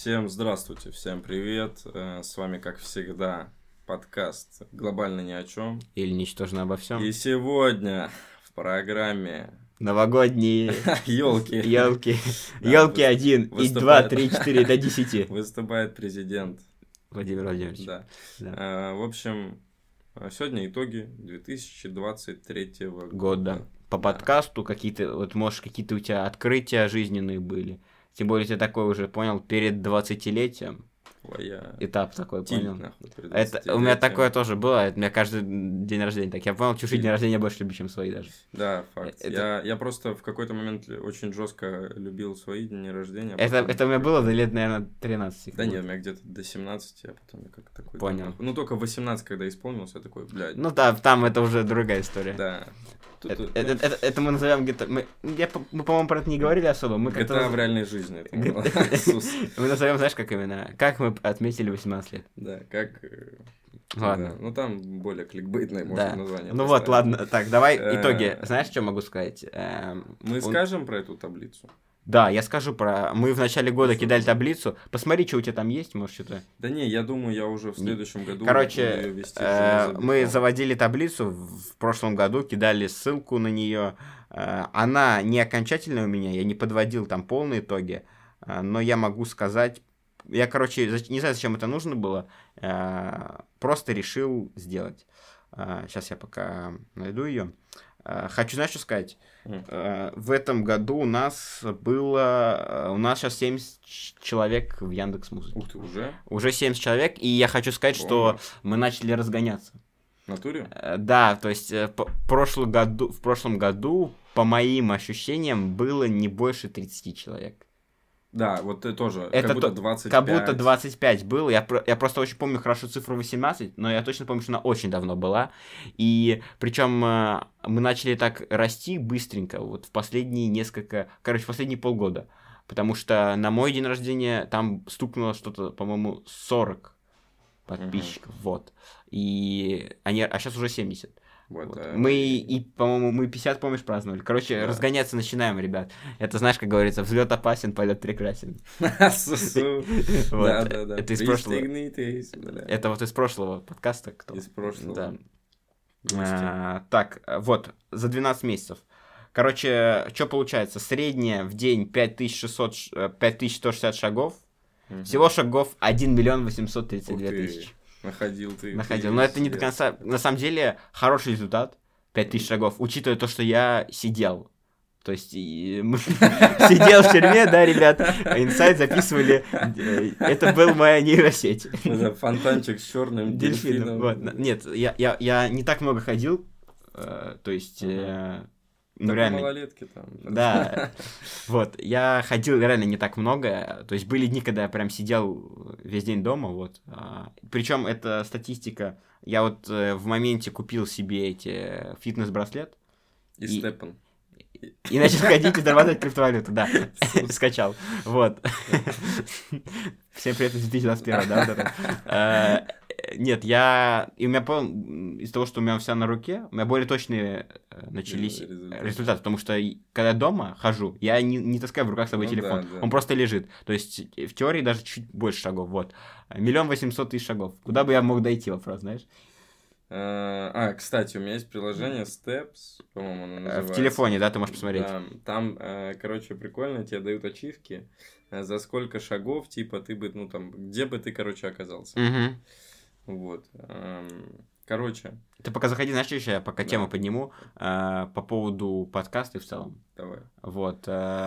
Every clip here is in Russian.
Всем здравствуйте, всем привет. С вами, как всегда, подкаст «Глобально ни о чем». Или «Ничтожно обо всем». И сегодня в программе Новогодние елки. елки. Да, Елки 1 и 2, 3, 4 до 10. Выступает президент. Владимир Владимирович. Да. Да. В общем, сегодня итоги 2023 Года. года. По подкасту какие-то, вот может какие-то у тебя открытия жизненные были. Тем более ты такой уже понял перед 20-летием. Твоя Этап такой, понял. Это у меня такое тоже было. Это у меня каждый день рождения так. Я понял, чужие дни рождения больше люблю, чем свои даже. Да, факт. Я просто в какой-то момент очень жестко любил свои дни рождения. Это у меня было до лет, наверное, 13. Да нет, у меня где-то до 17, а потом я как-то такой... Понял. Ну, только 18, когда исполнился, я такой, блядь. Ну да, там это уже другая история. Да. Это мы назовем где-то... Мы, по-моему, про это не говорили особо. Мы GTA в реальной жизни. Мы назовем, знаешь, как именно? Как мы отметили 18 лет. Да, как... Ладно. Да. Ну, там более кликбейтное, может, название. Ну вот, ладно. Так, давай итоги. Знаешь, что могу сказать? Мы скажем про эту таблицу? Да, я скажу про... Мы в начале года кидали таблицу. Посмотри, что у тебя там есть, может, что-то... Да не, я думаю, я уже в следующем году... Короче, мы заводили таблицу в прошлом году, кидали ссылку на нее. Она не окончательная у меня, я не подводил там полные итоги, но я могу сказать... Я, короче, не знаю, зачем это нужно было, просто решил сделать. Сейчас я пока найду ее. Хочу, знаешь, что сказать? В этом году у нас сейчас 70 человек в Яндекс.Музыке. Ух ты, уже? Уже 70 человек, и я хочу сказать, что мы начали разгоняться. В натуре? Да, то есть в прошлом году, по моим ощущениям, было не больше 30 человек. Да, вот ты тоже, это как будто 25. Как будто 25 было. Я просто очень помню хорошо цифру 18, но я точно помню, что она очень давно была. И причем мы начали так расти быстренько, вот в последние последние полгода. Потому что на мой день рождения там стукнуло что-то, по-моему, 40 подписчиков. Вот. А сейчас уже 70. Вот. Мы 50, помнишь, праздновали. Короче, да. Разгоняться начинаем, ребят. Это, знаешь, как говорится, взлет опасен, полет прекрасен. Да. Это из прошлого. Это вот из прошлого подкаста. Из прошлого. Да. Так, вот, за 12 месяцев. Короче, что получается? Средняя в день 5160 шагов. Всего шагов 1 832 000. Находил. Но это не до конца. На самом деле, хороший результат. 5000 шагов. Учитывая то, что я сидел. То есть, сидел в тюрьме, да, ребят. Инсайд записывали. Это был моя нейросеть. Фонтанчик с черным дельфином. Вот. Нет, я не так много ходил. То есть... Ну, реально. Малолетки там. Да. Вот. Я ходил реально не так много. То есть были дни, когда я прям сидел весь день дома. Вот. Причем это статистика. Я вот в моменте купил себе фитнес-браслет. И степан. И начал ходить и зарабатывать криптовалюту, да. Скачал. Вот. Всем привет, 2021, да, вот это. Нет, и у меня из-за того, что у меня вся на руке, у меня более точные начались результаты, потому что когда я дома хожу, я не таскаю в руках с собой телефон, он просто лежит. То есть в теории даже чуть больше шагов, вот. 1 800 000 шагов. Куда бы я мог дойти, вопрос, знаешь? Кстати, у меня есть приложение Steps, по-моему, оно называется. В телефоне, да, ты можешь посмотреть. Да, там, короче, прикольно, тебе дают ачивки, за сколько шагов, типа, ты бы, ну, там, где бы ты, короче, оказался. Угу. Вот. Короче. Ты пока заходи, знаешь, что еще я пока тему подниму по поводу подкаста в целом. Давай. Вот.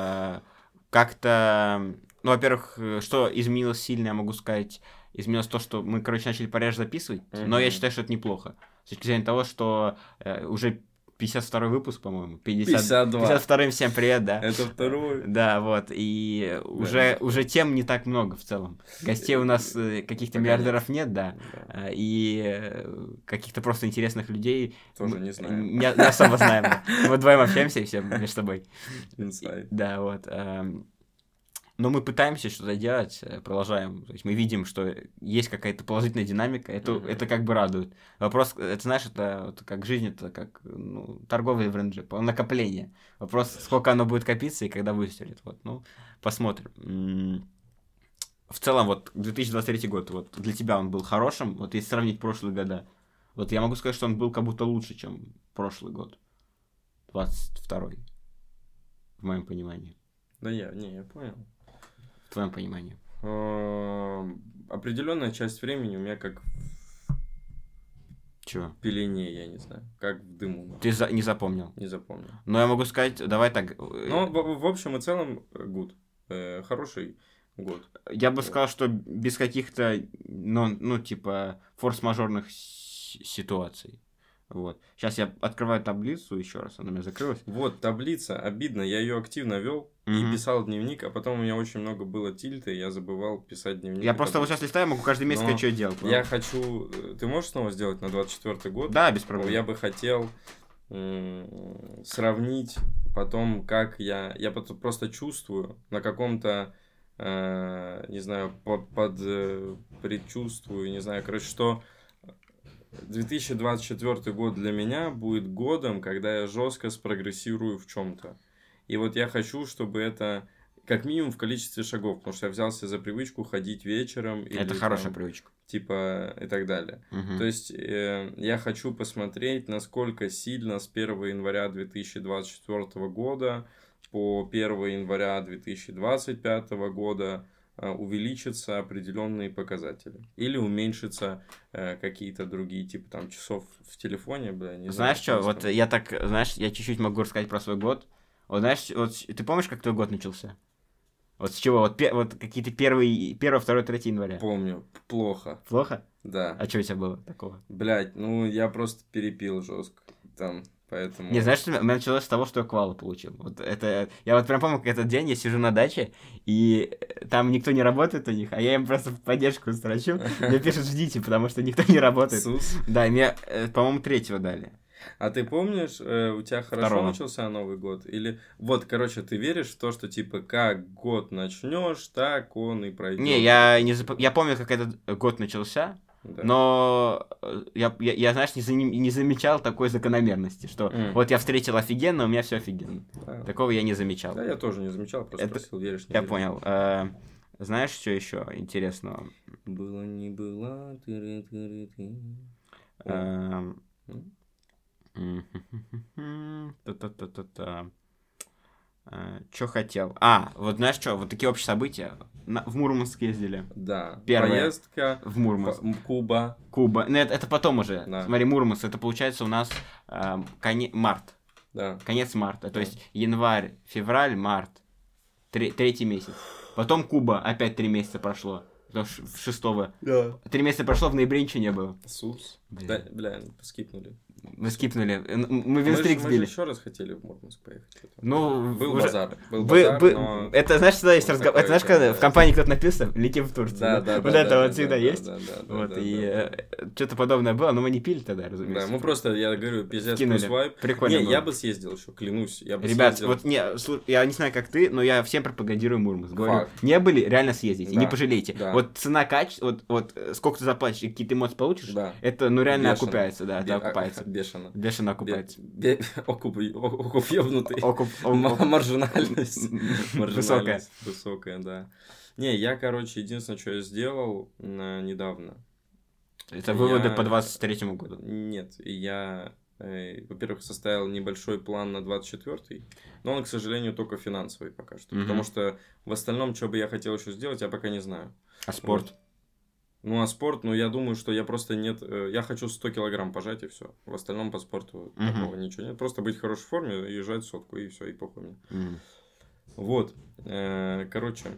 Как-то... Ну, во-первых, что изменилось сильно, я могу сказать, изменилось то, что мы, короче, начали пореже записывать, но я считаю, что это неплохо. С точки зрения того, что уже 52-й выпуск, по-моему. 52-м всем привет, да. Это второй. Да, вот. И уже тем не так много в целом. Гостей у нас каких-то миллиардеров нет, да. И каких-то просто интересных людей тоже не знаем. Не особо знаем. Мы вдвоем общаемся и все между собой. Инсайд. Да, вот. Но мы пытаемся что-то делать, продолжаем. То есть мы видим, что есть какая-то положительная динамика, это как бы радует. Вопрос, это знаешь, это вот как жизнь, это как торговый бренд, накопление. Вопрос, сколько оно будет копиться и когда выстрелит. Вот, посмотрим. в целом, вот 2023 год, вот для тебя он был хорошим, вот если сравнить прошлые года, вот я могу сказать, что он был как будто лучше, чем прошлый год, 22-й, в моем понимании. Да я понял. В твоем понимании. Определенная часть времени у меня как Чего? в пелене, я не знаю, как в дыму. Ты не запомнил? Не запомнил. Но я могу сказать, давай так. Ну, в общем и целом, good. Хороший год. Я бы сказал, что без каких-то, ну типа, форс-мажорных ситуаций. Вот. Сейчас я открываю таблицу еще раз, она у меня закрылась. Вот, таблица, обидно, я ее активно вел и писал дневник, а потом у меня очень много было тильта, и я забывал писать дневник. Я просто вот сейчас листаю, могу каждый месяц сказать, что я делал. Я хочу... Ты можешь снова сделать на 24-й год? Да, без проблем. Я бы хотел сравнить потом, как я просто чувствую на каком-то, не знаю, предчувствую, не знаю, короче, что 2024 год для меня будет годом, когда я жестко спрогрессирую в чем-то. И вот я хочу, чтобы это как минимум в количестве шагов, потому что я взялся за привычку ходить вечером. Это или, хорошая привычка. Типа и так далее. То есть я хочу посмотреть, насколько сильно с 1 января 2024 года по 1 января 2025 года увеличатся определенные показатели. Или уменьшатся какие-то другие, типа там часов в телефоне, бля, не знаешь знаю. Что, вот я так, знаешь, я чуть-чуть могу рассказать про свой год. Вот знаешь, вот ты помнишь, как твой год начался? Вот с чего? Вот какие-то 1, 2, 3 января. Помню. Плохо. Плохо? Да. А что у тебя было такого? Блядь, ну я просто перепил жестко там. Поэтому... Не, знаешь, у меня началось с того, что я квалу получил. Вот это... Я вот прям помню, как этот день я сижу на даче, и там никто не работает у них, а я им просто в поддержку строчу. Мне пишут, ждите, потому что никто не работает. Сус. Да, и мне, по-моему, 3-го дали. А ты помнишь, у тебя хорошо 2-го. начался Новый год? Или вот, короче, ты веришь в то, что типа как год начнешь, так он и пройдет? Не, я помню, как этот год начался. Да. Но я, знаешь, не замечал такой закономерности, что вот я встретил офигенно, у меня все офигенно. Да. Такого я не замечал. Да, я тоже не замечал, просто спросил, веришь, не я веришь. понял. Знаешь, что еще интересного? Было, не было, ты. Что хотел? Вот знаешь что, вот такие общие события. В Мурманск ездили. Да. Первая поездка. В Мурманск. Куба. Ну, это потом уже. Да. Смотри, Мурманск, это получается у нас март. Да. Конец марта. То есть январь, февраль, март. 3-й месяц. Потом Куба, опять 3 месяца прошло. До 6-го. Да. 3 месяца прошло, в ноябре ничего не было. Сус. Да, бля, скипнули. Мы скипнули. Мы винстрик сбили. Мы же еще раз хотели в Мурманск поехать. Ну, был базар. Но... Это, знаешь, всегда есть разговор. Это, знаешь, когда в компании кто-то написано, летим в Турцию. Да. Вот это вот всегда есть. Вот, и что-то подобное было, но мы не пили тогда, разумеется. Да, мы просто, я говорю, пиздец плюс вайп. Прикольно было. Я бы съездил еще, клянусь. Ребят, вот я не знаю, как ты, но я всем пропагандирую Мурманск. Говорю, не были, реально съездите, не пожалейте. Вот цена, качество, вот сколько ты заплатишь и какие ты эмоции получишь, это, ну, реально окупается, да, это окупается. Бешено окупается. Окуп ёбнутый. Маржинальность. Высокая, да. Не, я, короче, единственное, что я сделал недавно. Это выводы по 23-му году? Нет, я, во-первых, составил небольшой план на 24-й, но он, к сожалению, только финансовый пока что. Потому что в остальном, что бы я хотел еще сделать, я пока не знаю. А спорт? Вот. Ну, а спорт, я думаю, что я просто нет... Я хочу 100 килограмм пожать, и все. В остальном по спорту такого ничего нет. Просто быть в хорошей форме и жать 100, и все, и похуй мне. Вот. Короче,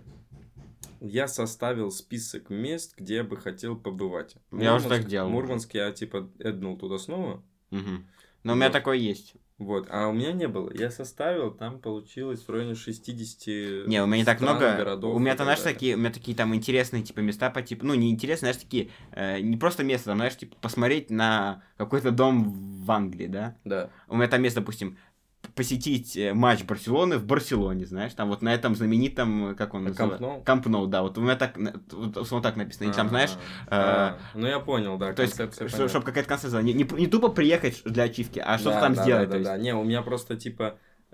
я составил список мест, где я бы хотел побывать. Я уже так делал. Мурманск я, типа, эднул туда снова. Но у меня такое есть. Вот, а у меня не было. Я составил, там получилось в районе 60 Не, у меня не так много городов. У меня там, знаешь, у меня такие там интересные, типа, места по типу, ну, не интересные, знаешь, такие, не просто место, там, знаешь, типа, посмотреть на какой-то дом в Англии, да? Да. У меня там место, допустим, посетить матч Барселоны в Барселоне, знаешь, там вот на этом знаменитом, как он называется? Камп Ноу, да, вот у меня так, вот так написано, и там, знаешь... Ну, я понял, да, то есть, чтобы какая-то концепция, не тупо приехать для ачивки, а что-то там сделать. Да, не, у меня просто, типа,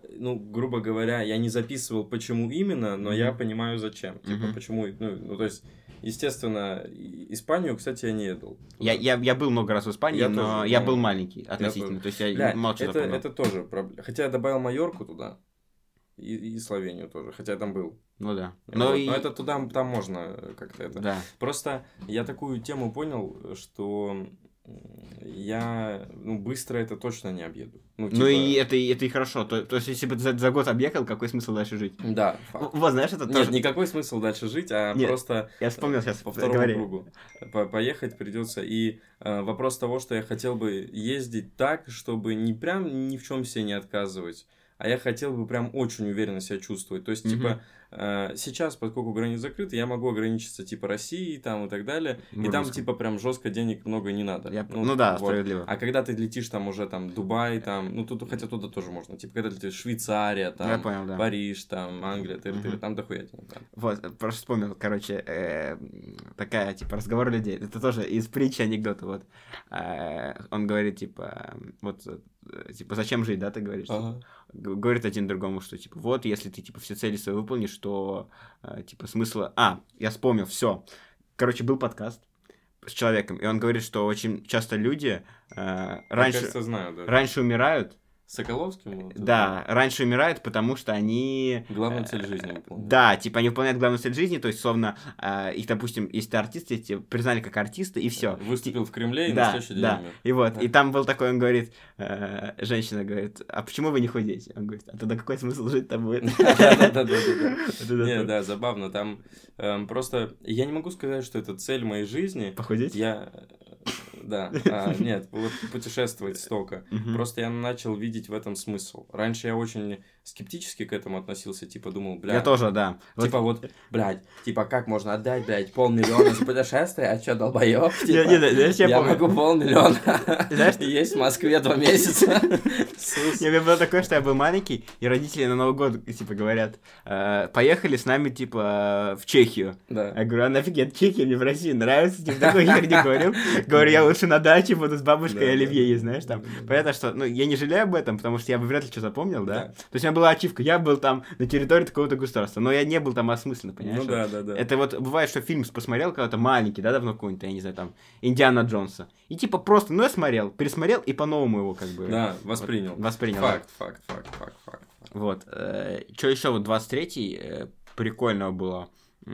ну, грубо говоря, я не записывал, почему именно, но я понимаю, зачем. Типа, почему, ну, то есть, естественно, Испанию, кстати, я не едал. Я был много раз в Испании, но тоже, я был маленький относительно, то есть я мало что запомнил. Это тоже проблема. Хотя я добавил Майорку туда, и Словению тоже, хотя я там был. Ну да. Но это туда, там можно как-то это. Да. Просто я такую тему понял, что я быстро это точно не объеду. Ну и это и хорошо. То есть, если бы ты за год объехал, какой смысл дальше жить? Да, факт. Вот, знаешь, это тоже... Нет, никакой смысл дальше жить, а просто я вспомнил сейчас, по второму кругу поехать придется. И вопрос того, что я хотел бы ездить так, чтобы не прям ни в чем себе не отказывать, а я хотел бы прям очень уверенно себя чувствовать. То есть, типа, сейчас, поскольку границы закрыты, я могу ограничиться, типа, Россией там и так далее. И там, типа, прям жестко денег много не надо. Ну да, вот. Справедливо. А когда ты летишь там уже, там, Дубай, там, ну, тут, хотя туда тоже можно. Типа, когда ты летишь Швейцария, там, я понял, да. Париж, там, Англия, там дохуя денег. Вот, просто вспомнил, короче, такая, типа, разговор людей. Это тоже из притчи анекдота, вот. Он говорит, типа, вот, типа, зачем жить, да, ты говоришь? Ага. Говорит один другому, что, типа, вот, если ты, типа, все цели свои выполнишь, то, типа, смысла... я вспомнил, все. Короче, был подкаст с человеком, и он говорит, что очень часто люди раньше умирают. Соколовским? Да, раньше умирают, потому что они... Главную цель жизни выполняют. Да, типа они выполняют главную цель жизни, то есть, словно, их, допустим, если ты артист, тебя признали как артиста, и все. Выступил в Кремле, и на следующий день умер. И вот, и там был такой, он говорит, женщина говорит, а почему вы не худеете? Он говорит, а тогда какой смысл жить там будет? Да, забавно, там просто, я не могу сказать, что это цель моей жизни. Похудеть? Да, нет, вот путешествовать столько. Просто я начал видеть в этом смысл. Раньше я очень скептически к этому относился, типа думал, блядь. Я тоже, да. Типа вот, блядь, типа как можно отдать, блядь, 500 000 за путешествие, а чё, долбоёб? Я могу 500 000 есть в Москве 2 месяца. У меня было такое, что я был маленький, и родители на Новый год, типа, говорят, поехали с нами, типа, в Чехию. Я говорю, а нафиг я Чехия, мне в России нравится, типа, такой херни говорю. Говорю, я лучше на даче буду с бабушкой оливье есть, знаешь, там. Понятно, что, я не жалею об этом, потому что я бы вряд ли что запомнил, да? То есть у меня была ачивка, я был там на территории такого-то государства, но я не был там осмысленно, понимаешь? Да. Это вот бывает, что фильм посмотрел когда-то маленький, да, давно какой-нибудь, я не знаю, там, Индиана Джонса. И типа просто, я смотрел, пересмотрел и по-новому его как бы... Да, воспринял. Факт. Вот. Что еще вот 23-й прикольного было?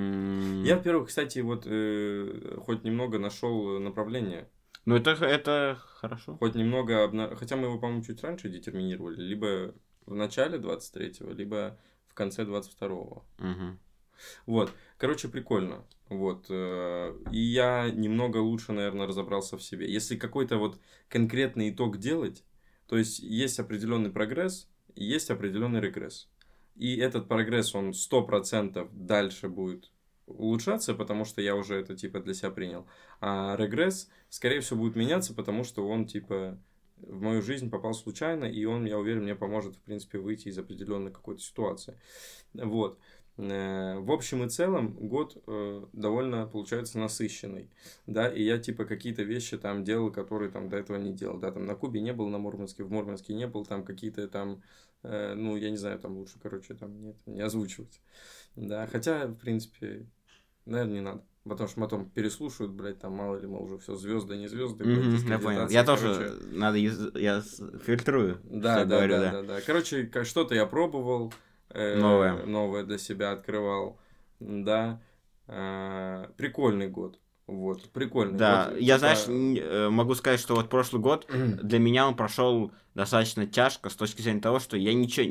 Я, во-первых, кстати, вот хоть немного нашел направление. Ну, это хорошо. Хоть немного, хотя мы его, по-моему, чуть раньше детерминировали, либо в начале 23-го, либо в конце 22-го. Вот, короче, прикольно. Вот, и я немного лучше, наверное, разобрался в себе. Если какой-то вот конкретный итог делать, то есть определенный прогресс, есть определенный регресс. И этот прогресс, он 100% дальше будет улучшаться, потому что я уже это, типа, для себя принял. А регресс, скорее всего, будет меняться, потому что он, типа, в мою жизнь попал случайно, и он, я уверен, мне поможет, в принципе, выйти из определенной какой-то ситуации. Вот. В общем и целом, год довольно, получается, насыщенный, да, и я, типа, какие-то вещи там делал, которые там до этого не делал, да, там на Кубе не был, на Мурманске, в Мурманске не был, там какие-то там, я не знаю, там лучше, короче, там не озвучивать, да, хотя, в принципе, наверное, не надо. Потому что потом переслушают, блядь, там, мало ли, мы уже все звезды, не звезды. Я понял. Я тоже, я фильтрую. Да. Короче, что-то я пробовал, новое для себя открывал, да. Прикольный год. Вот, прикольный. Да, год, я, знаешь, могу сказать, что вот прошлый год для меня он прошел достаточно тяжко с точки зрения того, что я ничего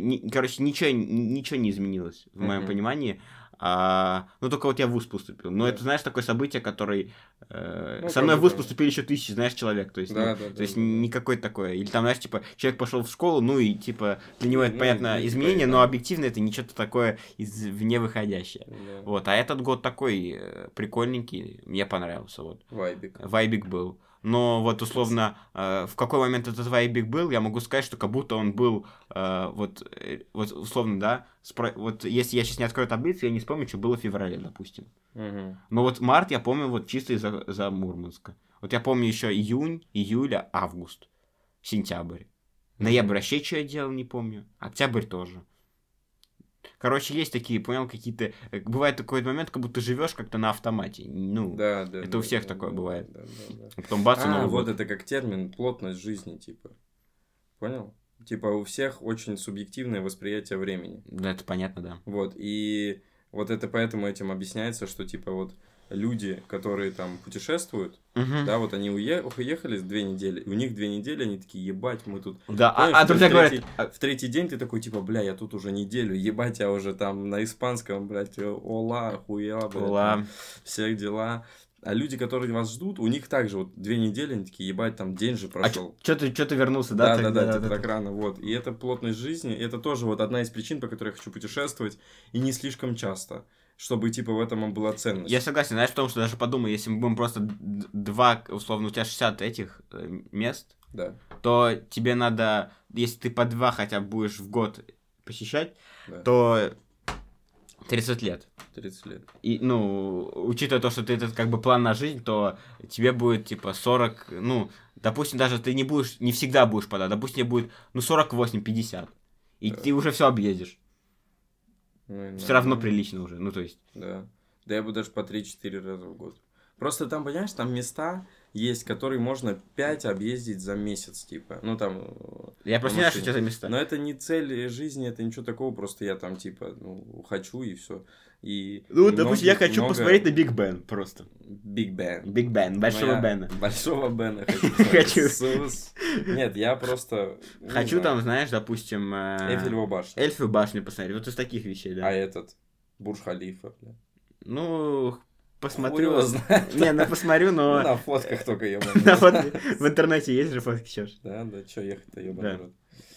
не изменилось в моем понимании. Только вот я в ВУЗ поступил. Но это, знаешь, такое событие, которое... со мной в ВУЗ поступили еще 1000, знаешь, человек. То есть, не какое-то такое. Или там, знаешь, типа, человек пошел в школу, и, типа, для него это, понятно, изменение, но объективно это не что-то такое извне выходящее. Да. Вот, а этот год такой прикольненький, мне понравился. Вот. Вайбик был. Но вот условно, в какой момент этот вайбик был, я могу сказать, что как будто он был, вот условно, да, вот если я сейчас не открою таблицу, я не вспомню, что было в феврале, допустим. Но вот март я помню вот чисто из-за Мурманска. Вот я помню еще июнь, июля, август, сентябрь. Ноябрь вообще что я делал, не помню. Октябрь тоже. Короче, есть такие, понял, какие-то... Бывает такой момент, как будто живешь как-то на автомате. Ну, Да, это у всех такое бывает. Да. А потом бац, и Новый вот год. это как термин плотность жизни, типа. Понял? Типа у всех очень субъективное восприятие времени. Да, это понятно, да. Вот, и вот это поэтому этим объясняется, что типа вот люди, которые там путешествуют, да, вот они уехали 2 недели, и у них 2 недели, они такие, ебать, мы тут... Да, Понимаешь, друзья говорят... В третий день ты такой, типа, бля, я тут уже неделю, ебать, я уже там на испанском, блядь, ола, хуя, блядь, Ола. всех дела. А люди, которые вас ждут, у них также вот 2 недели, они такие, ебать, там день же прошел. Что ты вернулся, да? Да, типа так рано, вот. И это плотность жизни, это тоже вот одна из причин, по которой я хочу путешествовать, и не слишком часто, чтобы, типа, в этом была ценность. Я согласен, знаешь, в том, что даже подумай, если мы будем просто 2, условно, у тебя 60 этих мест, Да. то тебе надо, если ты по 2 хотя бы будешь в год посещать, Да. то 30 лет. 30 лет. И, ну, учитывая то, что ты этот как бы план на жизнь, то тебе будет, типа, 40, ну, допустим, даже ты не всегда будешь подать, допустим, тебе будет, 48-50, и Да. ты уже все объездишь. Ну, Все равно прилично уже, ну, то есть. Да. Да я бы даже по 3-4 раза в год. Просто там, понимаешь, там места есть, которые можно 5 объездить за месяц, типа. Ну, там... Я просто не знаю, что это за места. Но это не цель жизни, это ничего такого, просто я там, типа, хочу и все. И Ну, допустим, я хочу посмотреть на Биг Бен просто. Биг Бен. Биг Бен, Большого Бена. Большого Бена хочу. Нет, я просто... Хочу там, знаешь, допустим... Эйфелеву башню. Эльфову башню посмотреть, вот из таких вещей, да. А этот? Бурдж-Халифа, бля. Ну, посмотрю. Хуй его знает. Не, посмотрю, но... На фотках только, ебаный. В интернете есть же фотки сейчас. Да, чё ехать-то, ебаный рот.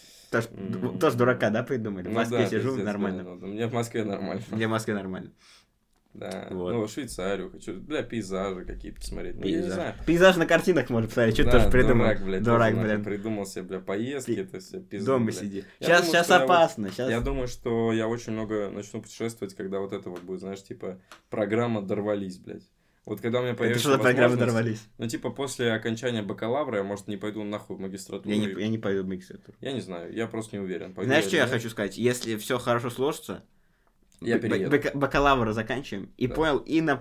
Тоже дурака, да, придумали? В Москве сижу, нормально. Мне в Москве нормально. Мне в Москве нормально. Да, вот. Ну, Швейцарию хочу, бля, пейзажи какие-то посмотреть. Ну, я не знаю. Пейзаж на картинах можно посмотреть, что ты тоже придумал. Дурак, блядь. Придумал себе, бля, поездки, это все пизду, дома бля. сиди. Сейчас опасно. Я думаю, что я очень много начну путешествовать, когда вот это вот будет, знаешь, типа, программа «Дорвались», блядь. Вот когда у меня появится возможность... Это что за программа «Дорвались»? Ну, типа, после окончания бакалавра я, может, не пойду нахуй в магистратуру. Я не пойду в магистратуру. Я не знаю, я просто не уверен. Знаешь, что я хочу сказать? Если все хорошо сложится, я перееду. Бакалавра заканчиваем, и понял, и на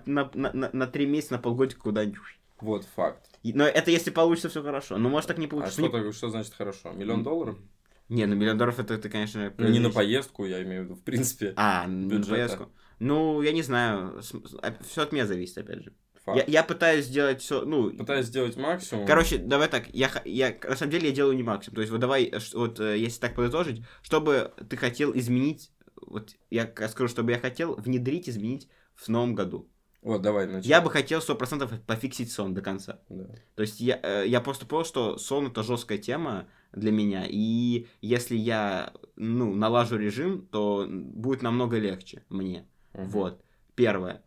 3 месяца, на полгодика куда-нибудь. Вот, факт. Но это если получится все хорошо. Но может так не получится. А что значит хорошо? $1 миллион? Не, $1 миллион это, конечно... Ну, не на поездку, я имею в виду, в принципе. Не на поездку. Ну, я не знаю. Все от меня зависит, опять же. Факт. Я пытаюсь сделать все, Пытаюсь сделать максимум. Короче, давай так, я на самом деле я делаю не максимум. То есть, вот давай, вот если так подытожить, что бы ты хотел изменить, вот я скажу, что бы я хотел внедрить, изменить в новом году. Вот, давай начнем. Я бы хотел 100% пофиксить сон до конца. Да. То есть, я просто понял, что сон это жесткая тема для меня, и если я, налажу режим, то будет намного легче мне. Угу. Вот, первое.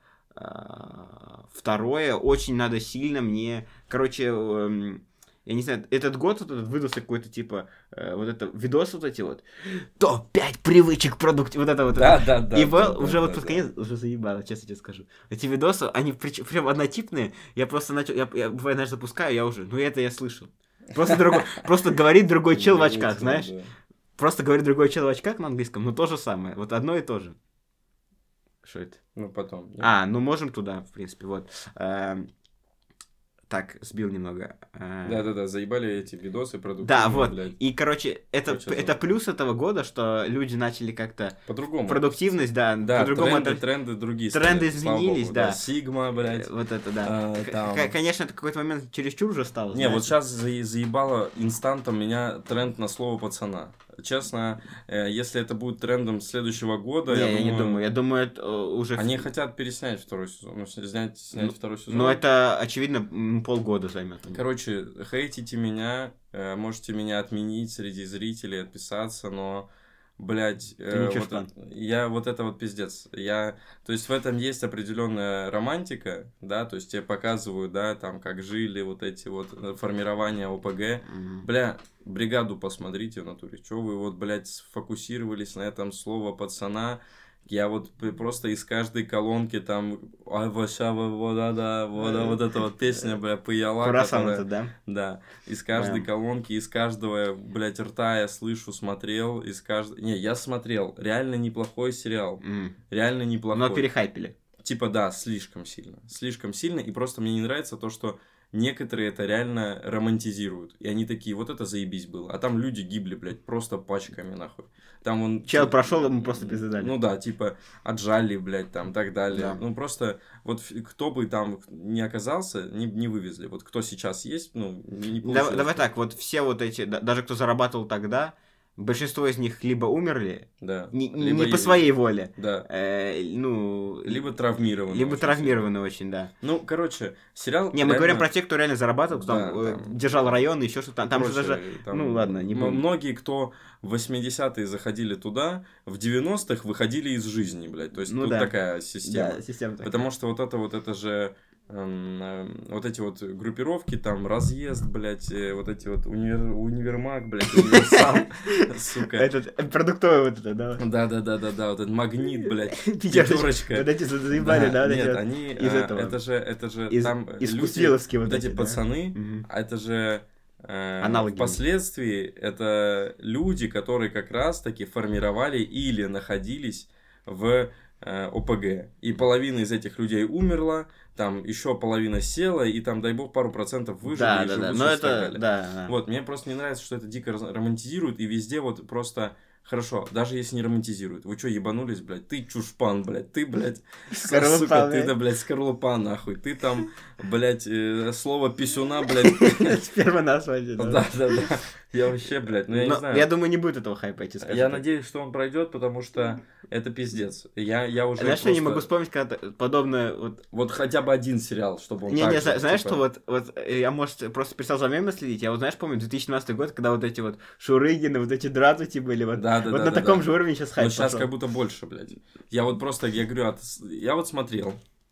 Второе, очень надо сильно мне... Короче, я не знаю, этот год выдался какой-то, типа, вот это, видосы вот эти вот. Топ-5 привычек продуктив... Вот это вот. Да. И уже вот под конец уже заебало, честно тебе скажу. Эти видосы, они прям однотипные. Я просто начал... Я бывает, знаешь, запускаю, я уже... это я слышал. Просто говорит другой чел в очках, знаешь. Просто говорит другой чел в очках на английском, но то же самое. Вот одно и то же. Что это? Потом. Можем туда, в принципе, вот. Так, сбил немного. Да, заебали эти видосы продуктивные. Да, вот. Блядь. И, короче, это плюс этого года, что люди начали как-то... По-другому. Продуктивность, да. По-другому тренды другие. Тренды изменились, да. Сигма, блядь. Вот это, да. Конечно, это какой-то момент чересчур уже стало. Не, вот сейчас заебало инстантом меня тренд на слово пацана. Честно, если это будет трендом следующего года, я не думаю. Я думаю, это уже... Они хотят переснять второй сезон. Снять второй сезон. Но это, очевидно, полгода займет. Короче, хейтите меня, можете меня отменить среди зрителей, отписаться, но, блядь, вот это вот пиздец. То есть в этом есть определенная романтика, да, то есть тебе показывают, да, там, как жили вот эти вот формирования ОПГ. Бля, бригаду посмотрите в натуре. Чё вы вот, блядь, сфокусировались на этом слово пацана? Я вот просто из каждой колонки там вода, вот эта вот песня, бля, Пыяла. Курасан это, да? Да. Из каждой колонки, из каждого, блядь, рта я слышу, смотрел, из каждого... Не, я смотрел. Реально неплохой сериал. Реально неплохой. Но перехайпили. Типа, да, слишком сильно. Слишком сильно. И просто мне не нравится то, что некоторые это реально романтизируют. И они такие, вот это заебись было. А там люди гибли, блядь, просто пачками, нахуй. Там он... Чел прошел, ему просто пиздали. Ну да, типа, отжали, блядь, там, так далее. Да. Ну, просто, вот кто бы там не оказался, не вывезли. Вот кто сейчас есть, ну, не получилось. Давай так, вот все вот эти, даже кто зарабатывал тогда, большинство из них либо умерли, да. не по своей воле, да. Либо травмированы. Травмированы очень, да. Ну, короче, сериал... Не, мы говорим про тех, кто реально зарабатывал, кто там держал район, еще что-то. Там же даже... там, ну, ладно, не помню. Многие, кто в 80-е заходили туда, в 90-х выходили из жизни, блядь. То есть, тут такая система. Да, система такая. Потому что это же... вот эти вот группировки, там, разъезд, блядь, вот эти вот универмаг, блядь, универсам, сука. Этот продуктовый вот это, да? Да, вот этот магнит, блядь, пятерочка. Вот эти заебали, да? Нет, они, это же там люди, вот эти пацаны, а это же... Аналоги. Впоследствии это люди, которые как раз-таки формировали или находились в ОПГ. И половина из этих людей умерла, там еще половина села, и там, дай бог, пару процентов выжили и живут, но это, да. Вот, мне просто не нравится, что это дико романтизируют, и везде вот просто... Хорошо, даже если не романтизируют. Вы что, ебанулись, блядь? Ты чушпан, блядь. Ты, блядь, сука, ты, да, блядь, скорлупа, нахуй. Ты там, блядь, слово писюна, блядь. Сперва на асфальте, да. Да. Я вообще, блядь, ну я не знаю. Я думаю, не будет этого хайпа, я тебе скажу. Я надеюсь, что он пройдет, потому что это пиздец. Я уже знаешь, что я не могу вспомнить, когда подобное... Вот хотя бы один сериал, чтобы он не, знаешь, что вот я, может, просто перестал за мемами следить, я вот, знаешь, помню 2017 год, когда вот эти вот Шурыгины, вот эти Дратути были, вот на таком же уровне сейчас хайп пошел. Но сейчас как будто больше, блядь. Я вот просто, я говорю, я вот смотрел,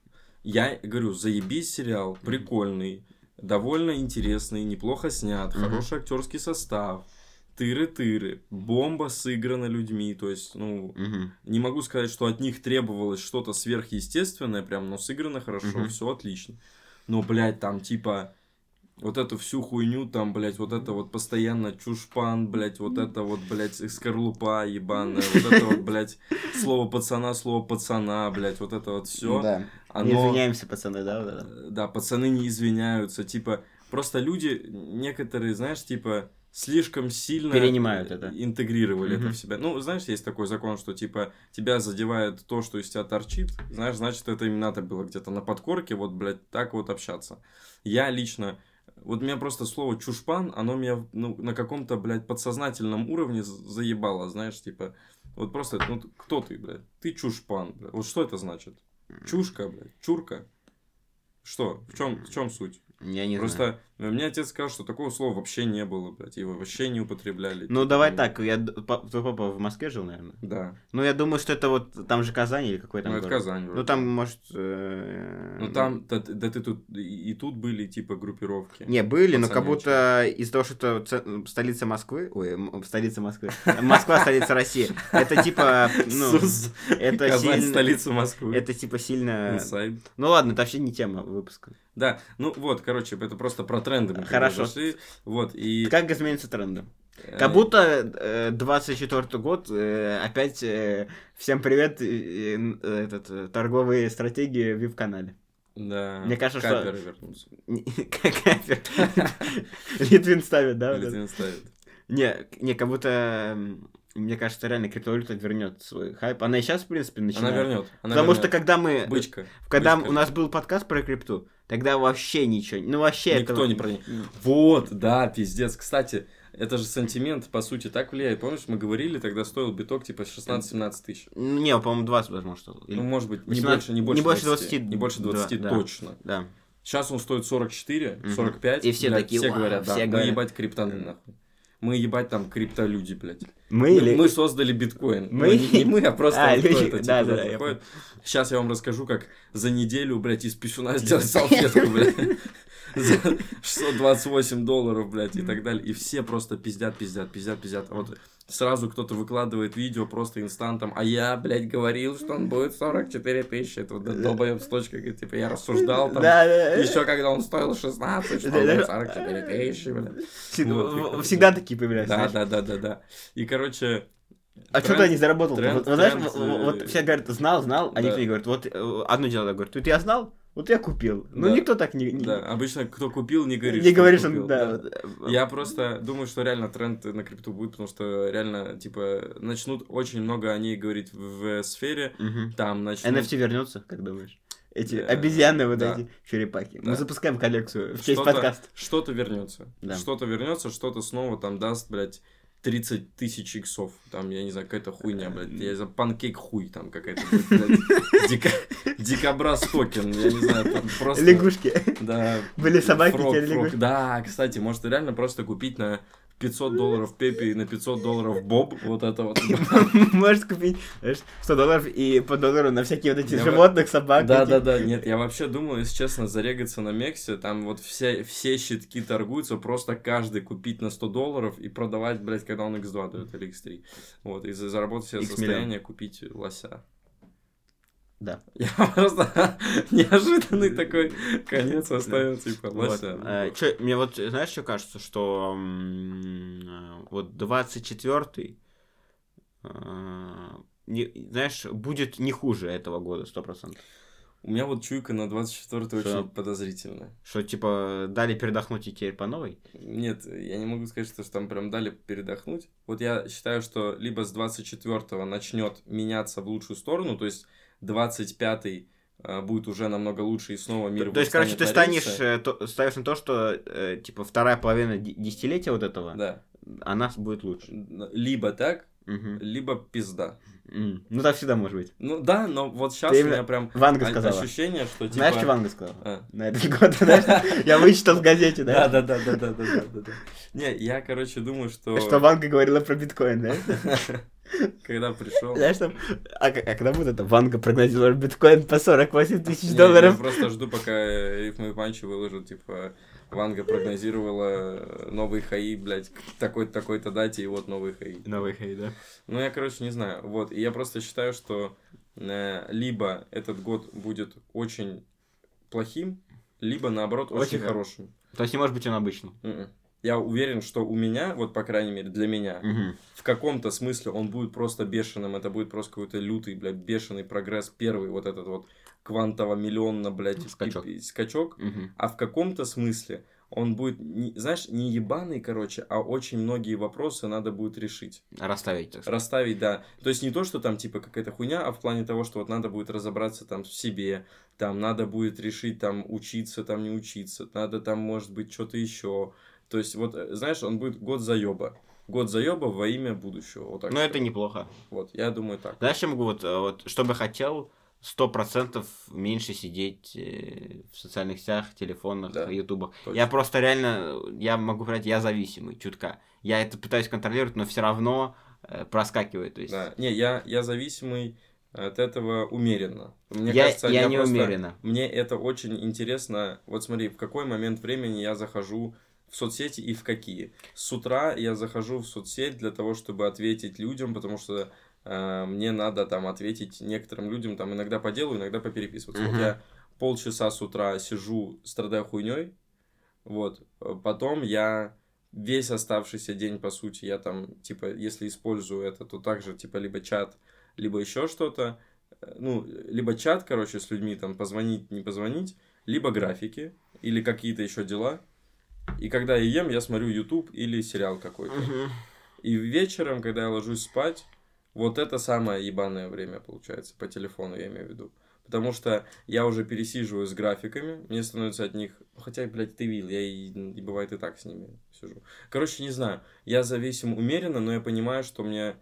я говорю, заебись сериал, прикольный, довольно интересный, неплохо снят, хороший актерский состав, тыры-тыры, бомба сыграна людьми, то есть, ну, не могу сказать, что от них требовалось что-то сверхъестественное, прям, но сыграно хорошо, все отлично. Но, блядь, там, типа, вот эту всю хуйню, там, блядь, вот это вот постоянно чушпан, блядь, вот это вот, блядь, скорлупа ебаная, вот это вот, блядь, слово пацана, блядь, вот это вот все. Да. Не извиняемся, пацаны, да? Вот это. Да, пацаны не извиняются, типа, просто люди, некоторые, знаешь, типа, слишком сильно перенимают это. Интегрировали это в себя. Ну, знаешь, есть такой закон, что, типа, тебя задевает то, что из тебя торчит, знаешь, значит, это им надо было где-то на подкорке, вот, блядь, так вот общаться. Я лично... Вот меня просто слово чушпан, оно меня, ну, на каком-то, блядь, подсознательном уровне заебало, знаешь, типа, вот просто, ну, кто ты, блядь? Ты чушпан, блядь. Вот что это значит? Чушка, блядь, чурка? Что? В чем суть? Я не просто знаю. Мне отец сказал, что такого слова вообще не было, блядь, его вообще не употребляли. Ну, давай так, твой папа в Москве жил, наверное? Да. Ну, я думаю, что это вот, там же Казань или какой там город? Это Казань. Ну, там, может... Ну, там, да ты тут, и тут были, типа, группировки. Не, были, но как будто из-за того, что это столица Москвы, столица Москвы, Москва столица России, это, типа, ну, это Казань столица Москвы. Это, типа, сильно... Инсайд. Ну, ладно, это вообще не тема выпуска. Да, ну вот, короче, это просто про тренды мы хорошо зашли. Вот, и... Как изменятся тренды? Как будто 24-й год, опять всем привет, торговые стратегии в VIP-канале. Да, мне кажется, каперы вернутся. Капер. Литвин ставит, да? Литвин ставит. Не, как будто... Мне кажется, реально криптовалюта вернет свой хайп. Она и сейчас, в принципе, начинает. Она вернет. Потому что когда мы... Бычка. Когда у нас был подкаст про крипту, тогда вообще ничего... Ну, вообще никто не про... Вот, да, пиздец. Кстати, это же сантимент, по сути, так влияет. Помнишь, мы говорили, тогда стоил биток типа 16-17 тысяч. Не, по-моему, 20 даже, может. Ну, может быть, 18... не больше 20. Не больше 20, да, точно. Да. Сейчас он стоит 44, 45. И все такие, все говорят, все да, говорят. мы ебать криптоны, нахуй. Мы ебать там криптолюди, блядь. Мы создали биткоин. Не мы, а просто люди, кто это да, заходит. Сейчас я вам расскажу, как за неделю, блядь, из писюна сделать салфетку, блядь. за $628, блядь, и так далее. И все просто пиздят. Вот сразу кто-то выкладывает видео просто инстантом, а я, блядь, говорил, что он будет 44 тысячи. Это вот долбоёб с точкой, типа, я рассуждал там, еще когда он стоил 16, что он будет 44 тысячи, блядь. Всегда такие появляются. Да. И, короче... А что ты не заработал? Вот знаешь, вот все говорят, знал, а никто не говорит. Вот одно дело, говорит, вот я знал, вот я купил. Ну, никто так не... Да, обычно, кто купил, не говорит, не что говоришь, купил. Да. Я просто думаю, что реально тренд на крипту будет, потому что реально, типа, начнут очень много о ней говорить в сфере, там начнут... NFT вернется, как думаешь? Эти обезьяны, вот эти черепахи. Мы запускаем коллекцию в честь подкаста. Что-то вернется. Что-то вернется, что-то снова там даст, блядь, 30 тысяч иксов, там, я не знаю, какая-то хуйня, блядь, я за панкейк хуй там какая-то, блядь, дикобраз токен, я не знаю, там просто... Лягушки. Да. Были собаки, теперь лягушки. Да, кстати, может реально просто купить на $500 Пеппи и на $500 Боб, вот это вот. Можешь купить, знаешь, $100 и по $1 на всякие вот эти животных, собак. Да, нет, я вообще думал, если честно, зарегаться на Мексе, там вот все щитки торгуются, просто каждый купить на $100 и продавать, блядь, когда он X2 дает или X3. Вот, и заработать себе состояние, купить лося. Да. Я просто неожиданный такой конец оставил, типа, лося. Мне вот, знаешь, что кажется, что вот 24-й, знаешь, будет не хуже этого года, 100%. У меня вот чуйка на 24-й очень подозрительная. Что, типа, дали передохнуть и теперь по новой? Нет, я не могу сказать, что там прям дали передохнуть. Вот я считаю, что либо с 24-го начнет меняться в лучшую сторону, то есть 25-й будет уже намного лучше, и снова мир будет. То есть, короче, ты ставишь на то, что, типа, вторая половина десятилетия вот этого, да, она будет лучше. Либо так, либо пизда. Ну, так всегда может быть. Ну, да, но вот сейчас у меня прям ощущение, что, типа... Знаешь, что Ванга сказала? На этот год, знаешь, я вычитал в газете, да? Да. Не, я, короче, думаю, что... Что Ванга говорила про биткоин, да? Когда пришел. Знаешь, там, а когда будет это? Ванга прогнозировал биткоин по $48 тысяч. Я просто жду, пока рифмы панчи выложат, типа, Ванга прогнозировала новый хаи, блядь, к такой-то дате, и вот новый хаи. Новый хаи, да. Ну, я, короче, не знаю. Вот, и я просто считаю, что либо этот год будет очень плохим, либо, наоборот, очень хорошим. То есть не может быть он обычным. Я уверен, что у меня, вот, по крайней мере, для меня, в каком-то смысле он будет просто бешеным, это будет просто какой-то лютый, блядь, бешеный прогресс, первый вот этот вот квантово-миллионно, блядь, скачок. А в каком-то смысле он будет, знаешь, не ебаный, короче, а очень многие вопросы надо будет решить. Расставить, да. То есть не то, что там, типа, какая-то хуйня, а в плане того, что вот надо будет разобраться там в себе, там надо будет решить, там, учиться, там, не учиться, надо там, может быть, что-то еще. То есть, вот, знаешь, он будет год заеба. Год заеба во имя будущего. Вот так. Ну, это неплохо. Вот, я думаю так. Знаешь, я могу, вот что бы хотел, 100% меньше сидеть в социальных сетях, телефонах, ютубах. Точно. Я просто реально, я могу сказать, я зависимый, чутка. Я это пытаюсь контролировать, но все равно проскакивает. То есть... Да, не, я зависимый от этого умеренно. Мне кажется, я не умеренно. Мне это очень интересно. Вот смотри, в какой момент времени я захожу в соцсети и в какие. С утра я захожу в соцсеть для того, чтобы ответить людям, потому что мне надо там ответить некоторым людям, там иногда по делу, иногда попереписываться. Вот я полчаса с утра сижу, страдаю хуйней, вот, потом я весь оставшийся день, по сути, я там, типа, если использую это, то также, типа, либо чат, либо еще что-то, ну, либо чат, короче, с людьми, там, позвонить, не позвонить, либо графики, или какие-то еще дела. И когда я ем, я смотрю YouTube или сериал какой-то. И вечером, когда я ложусь спать, вот это самое ебаное время получается, по телефону я имею в виду. Потому что я уже пересиживаю с графиками, мне становится от них... Хотя, блядь, ты видел, я и бывает и так с ними сижу. Короче, не знаю, я зависим умеренно, но я понимаю, что мне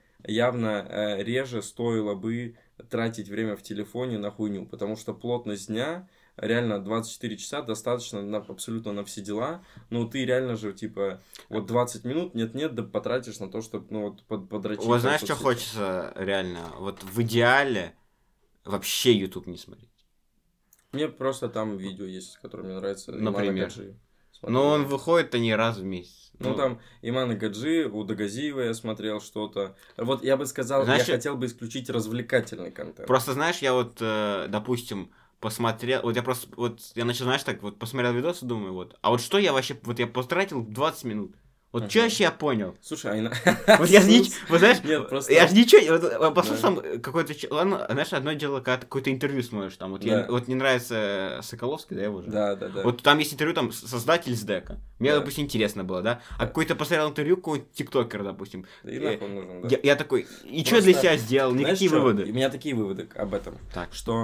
явно реже стоило бы тратить время в телефоне на хуйню, потому что плотность дня... Реально 24 часа достаточно абсолютно на все дела, но ты реально же, типа, вот 20 минут нет-нет, да потратишь на то, чтобы, ну, вот, подрочить. Вот знаешь, что хочется реально? Вот в идеале вообще YouTube не смотреть. Мне просто там видео есть, которое мне нравится. Например? Гаджи. Но он выходит-то не раз в месяц. Ну, там Имана Гаджи, у Дагазиева я смотрел что-то. Вот я бы сказал, Знаешь, я хотел бы исключить развлекательный контент. Просто, знаешь, я вот, допустим, посмотрел, я начал, знаешь, так, вот посмотрел видос и думаю, вот, а вот что я вообще, вот я потратил 20 минут. Вот что вообще я понял? Слушай, вот я же ничего, знаешь, нет, просто... я же ничего, послушал какой-то, ладно, знаешь, одно дело, когда ты какое-то интервью смотришь, там, вот, вот мне нравится Соколовский, да, его же? Да. Вот там есть интервью, там, создатель СДЭКа. Мне, допустим, интересно было, да? А какой-то посмотрел интервью, какой-нибудь тиктокер, допустим. И нахуй нужен, да. Я такой, и что для себя сделал, никакие выводы. У меня такие выводы об этом, что...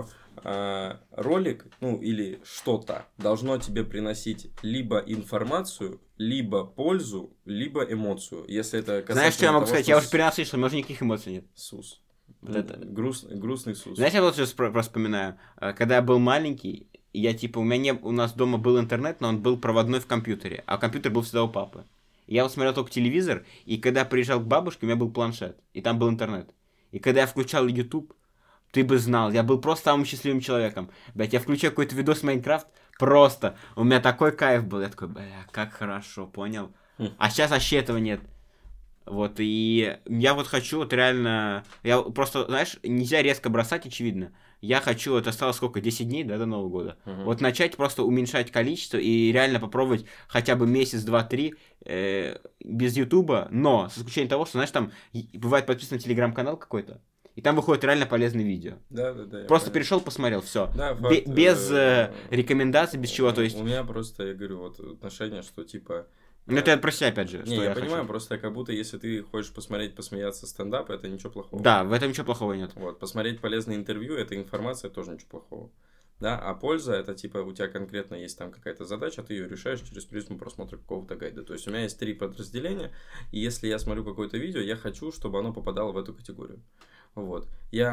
ролик, ну или что-то должно тебе приносить либо информацию, либо пользу, либо эмоцию. Если это касается... Знаешь, что я могу сказать? Я уже перенаслышал, у меня уже никаких эмоций нет. Сус. Грустный Сус. Знаешь, я вот сейчас просто вспоминаю. Когда я был маленький, у нас дома был интернет, но он был проводной в компьютере, а компьютер был всегда у папы. Я вот смотрел только телевизор, и когда приезжал к бабушке, у меня был планшет, и там был интернет. И когда я включал YouTube, ты бы знал, я был просто самым счастливым человеком. Блять, я включаю какой-то видос Майнкрафт, просто, у меня такой кайф был. Я такой, как хорошо, понял? А сейчас вообще этого нет. Вот, и я вот хочу вот реально... Я просто, знаешь, нельзя резко бросать, очевидно. Я хочу, это осталось сколько, 10 дней, да, до Нового года. Вот начать просто уменьшать количество и реально попробовать хотя бы месяц, два, три без Ютуба, но с исключением того, что, знаешь, там бывает подписан на телеграм-канал какой-то, и там выходят реально полезные видео. Да. Просто перешел, посмотрел, все. Да, без рекомендаций, без чего, то есть... У меня просто, я говорю, вот отношение, что типа... Ну, это про себя, опять же. Не, я понимаю, просто как будто если ты хочешь посмеяться стендап, это ничего плохого. Да, в этом ничего плохого нет. Вот, посмотреть полезное интервью, это информация, тоже ничего плохого. Да, а польза, это типа у тебя конкретно есть там какая-то задача, ты ее решаешь через призму просмотра какого-то гайда. То есть у меня есть 3 подразделения, и если я смотрю какое-то видео, я хочу, чтобы оно попадало в эту категорию. Вот.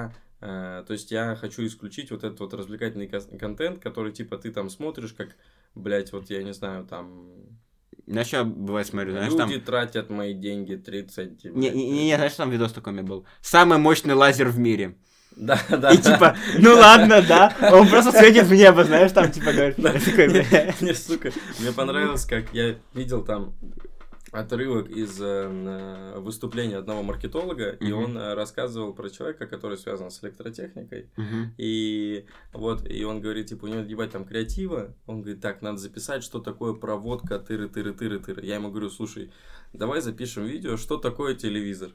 То есть я хочу исключить вот этот вот развлекательный контент, который типа ты там смотришь, как, блять, вот я не знаю, там... Знаешь, я бывает смотрю, знаешь, люди там... тратят мои деньги 30... Не, знаешь, там видос такой у меня был. Самый мощный лазер в мире. Да. И типа, ну ладно, да, он просто светит в небо, знаешь, там типа говорит. Не, сука, мне понравилось, как я видел там отрывок из выступления одного маркетолога, и он рассказывал про человека, который связан с электротехникой, и он говорит, типа, у него, ебать, там креатива, он говорит, так, надо записать, что такое проводка, тыры-тыры-тыры-тыры. Я ему говорю, слушай, давай запишем видео, что такое телевизор.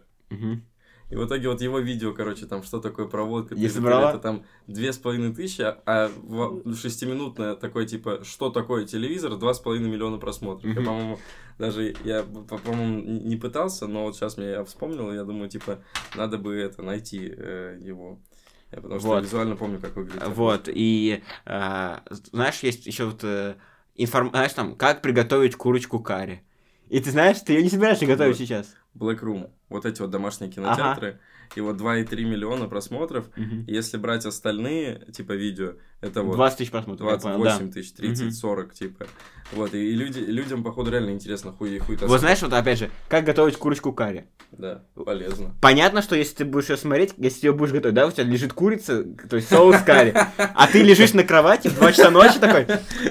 И в итоге вот его видео, короче, там, что такое проводка, это там 2500, а 6-минутное такое, типа, что такое телевизор, 2,5 миллиона просмотров. Я, по-моему, по-моему, не пытался, но вот сейчас я вспомнил, я думаю, типа, надо бы найти его. Потому что я визуально помню, как выглядит. Вот, и, знаешь, есть еще вот знаешь, там, как приготовить курочку карри. И ты знаешь, ты ее не собираешься готовить сейчас. Black Room. Вот эти вот домашние кинотеатры. И вот 2,3 миллиона просмотров. И если брать остальные, типа, видео, это вот... 20 тысяч просмотров. 28 тысяч, 30, 40, типа. Вот, и людям, походу, реально интересно хуй-то. Вот знаешь, вот опять же, как готовить курочку карри. Да, полезно. Понятно, что если ты будешь ее смотреть, если ты ее будешь готовить, да, у тебя лежит курица, то есть соус карри, а ты лежишь на кровати в 2 часа ночи такой,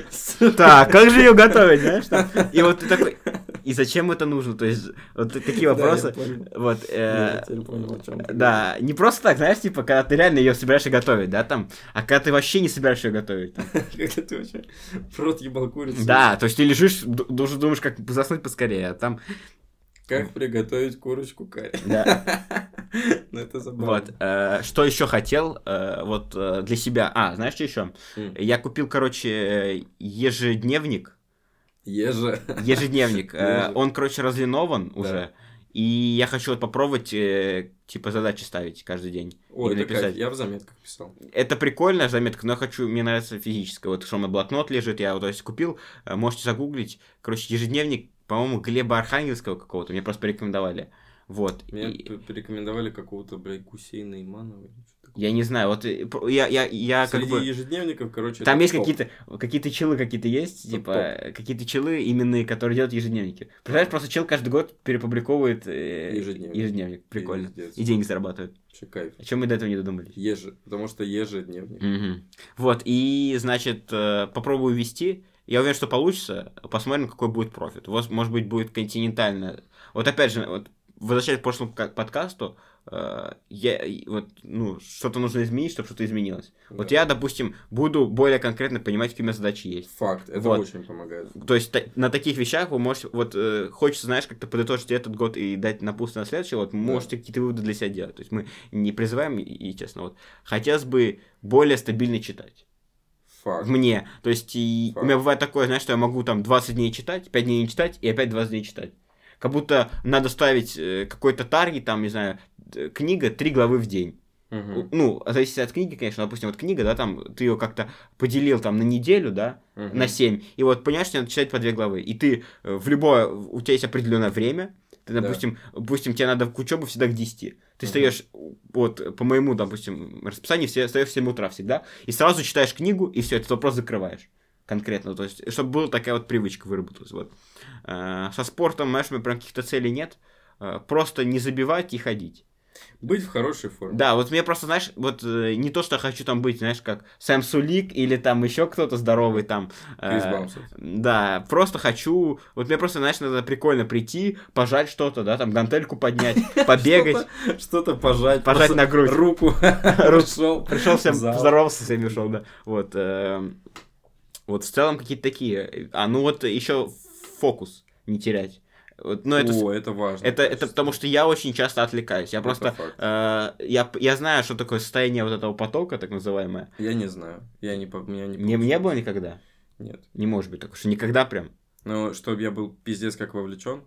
так, как же ее готовить, знаешь, там? И вот ты такой, и зачем это нужно? То есть, вот такие вопросы. Вот, я теперь понял, о чем. Да, не просто так, знаешь, типа, когда ты реально ее собираешься готовить, да, там, а когда ты вообще не собираешься ее готовить. Когда ты вообще в рот ебал курицу. Да, то есть ты лежишь, думаешь, как заснуть поскорее, а там... Как приготовить курочку карри. Да. Ну, это забавно. Вот, что еще хотел, вот, для себя, знаешь, что еще? Я купил, короче, ежедневник. Ежедневник. Он, короче, разлинован уже. И я хочу вот попробовать, типа, задачи ставить каждый день. Ой, написать. Я в заметках писал. Это прикольная заметка, но я хочу, мне нравится физическая. Вот что у меня блокнот лежит, я вот, то есть, купил, можете загуглить. Короче, ежедневник, по-моему, Глеба Архангельского какого-то, мне просто порекомендовали. Вот. Мне порекомендовали какого-то, блядь, Гусейна Иманова. Я не знаю, вот я Среди как бы... ежедневников, короче, Там это есть топ. какие-то челы какие-то есть, Топ. типа, какие-то челы именные, которые делают ежедневники. Представляешь, просто чел каждый год перепубликовывает ежедневник. Прикольно. Пиздец. И деньги зарабатывает. Вообще кайф. О чем мы до этого не додумались? Потому что ежедневник. Угу. Вот, и, значит, попробую ввести. Я уверен, что получится. Посмотрим, какой будет профит. Вот, может быть, будет континентальная. Вот опять же, вот, возвращаясь к прошлому подкасту, что-то нужно изменить, чтобы что-то изменилось. Да. Вот я, допустим, буду более конкретно понимать, какие у меня задачи есть. Факт, это вот. Очень помогает. То есть на таких вещах вы можете, хочется, знаешь, как-то подытожить этот год и дать напутствие на следующий, вот, можете какие-то выводы для себя делать. То есть мы не призываем, и честно, вот, хотелось бы более стабильно читать. Факт. Мне. То есть у меня бывает такое, знаешь, что я могу там 20 дней читать, 5 дней не читать, и опять 20 дней читать. Как будто надо ставить какой-то таргет, там, не знаю, книга 3 главы в день. Ну, зависит от книги, конечно, допустим, вот книга, да, там, ты ее как-то поделил там на неделю, да, на 7, и вот, понимаешь, тебе надо читать по 2 главы, и ты у тебя есть определенное время, ты, допустим, тебе надо к учебе всегда к 10, ты встаешь, вот, по моему, допустим, расписанию, встаешь в 7 утра всегда, и сразу читаешь книгу, и все, этот вопрос закрываешь. Конкретно, то есть, чтобы была такая вот привычка выработалась, вот. Со спортом, знаешь, у меня прям каких-то целей нет, просто не забивать и ходить. Быть в хорошей форме. Да, вот мне просто, знаешь, вот не то, что я хочу там быть, знаешь, как Сэм Сулик или там еще кто-то здоровый там. Крис Баунсов. Да, просто хочу, вот мне просто, знаешь, надо прикольно прийти, пожать что-то, да, там гантельку поднять, побегать. Что-то пожать. Пожать на грудь. Руку. Пришел всем, поздоровался, всем ушел, да. Вот в целом какие-то такие. Ну вот еще фокус не терять. Но это важно. Это потому что я очень часто отвлекаюсь. Я просто я знаю, что такое состояние вот этого потока, так называемое. Я не знаю. Не было никогда? Нет. Не может быть такого, что никогда прям. Ну, чтобы я был пиздец как вовлечен.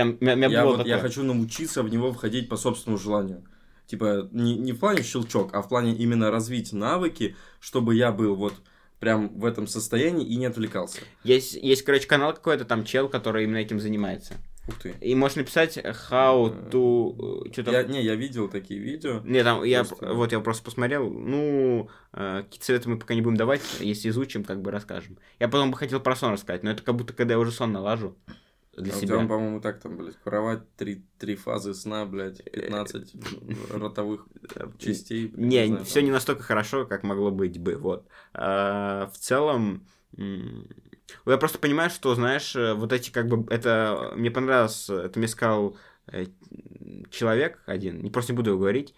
Я хочу научиться в него входить по собственному желанию. Типа, не в плане щелчок, а в плане именно развить навыки, чтобы я был вот прям в этом состоянии и не отвлекался. Есть, короче, канал какой-то, там чел, который именно этим занимается. Ух ты. И можешь написать how to... Я видел такие видео. Не, там, я просто посмотрел. Ну, какие-то советы мы пока не будем давать. Если изучим, как бы расскажем. Я потом бы хотел про сон рассказать, но это как будто, когда я уже сон налажу для себя. У тебя, по-моему, так там, блядь, кровать, 3 фазы сна, блядь, 15 ротовых частей. Не, все не настолько хорошо, как могло быть бы, вот. В целом... Я просто понимаю, что, знаешь, вот эти как бы, это мне понравилось, это мне сказал человек один, просто не буду его говорить,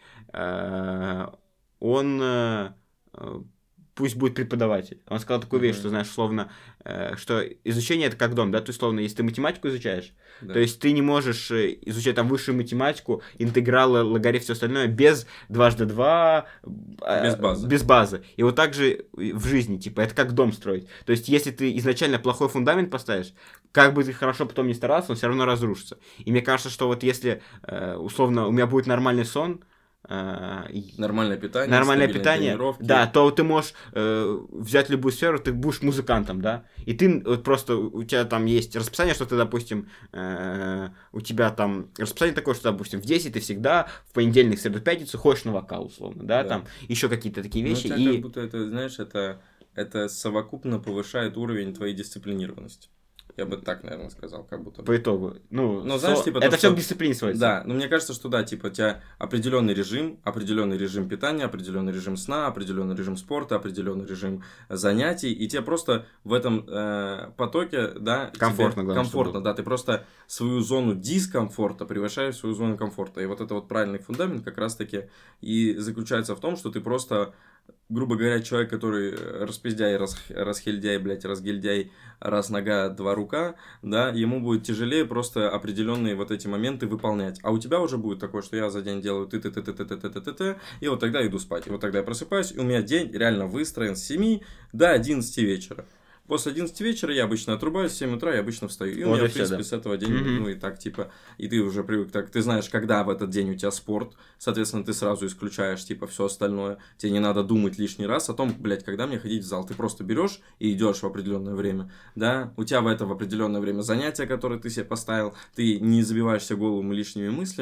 он, пусть будет преподаватель, он сказал такую вещь, что, знаешь, условно, что изучение это как дом, да, то есть, условно, если ты математику изучаешь, то есть ты не можешь изучать там высшую математику, интегралы, логарифм, все остальное без 2×2, без базы. И вот так же в жизни, типа, это как дом строить. То есть, если ты изначально плохой фундамент поставишь, как бы ты хорошо потом не старался, он все равно разрушится. И мне кажется, что вот если, условно, у меня будет нормальный сон, нормальное питание, да, то ты можешь взять любую сферу, ты будешь музыкантом, да, и ты вот просто, у тебя там есть расписание, что ты, допустим, у тебя там расписание такое, что, допустим, в 10 ты всегда, в понедельник, среду, пятницу ходишь на вокал, условно, да, там еще какие-то такие вещи. Ну, у тебя как будто это, знаешь, это совокупно повышает уровень твоей дисциплинированности. Я бы так, наверное, сказал, как будто. По итогу. Ну, знаешь, типа, это все к дисциплине сводится. Да, но мне кажется, что да, типа, у тебя определенный режим питания, определенный режим сна, определенный режим спорта, определенный режим занятий, и тебе просто в этом потоке, да, комфортно, главное, комфортно, да, ты просто свою зону дискомфорта превышаешь в свою зону комфорта. И вот это вот правильный фундамент как раз-таки и заключается в том, что ты просто, грубо говоря, человек, который распиздяй, расхельдяй, блядь, разгильдяй, раз нога, два рука, да, ему будет тяжелее просто определенные вот эти моменты выполнять. А у тебя уже будет такое, что я за день делаю ты, и вот тогда иду спать. И вот тогда я просыпаюсь, и у меня день реально выстроен с 7 до 11 вечера. После 11 вечера я обычно отрубаюсь, в 7 утра я обычно встаю. И у меня, в принципе, с этого дня, ну и так, типа, и ты уже привык, так, ты знаешь, когда в этот день у тебя спорт, соответственно, ты сразу исключаешь, типа, все остальное. Тебе не надо думать лишний раз о том, блядь, когда мне ходить в зал. Ты просто берешь и идешь в определенное время, да, у тебя в определенное время занятия, которые ты себе поставил, ты не забиваешься голову лишними мыслями,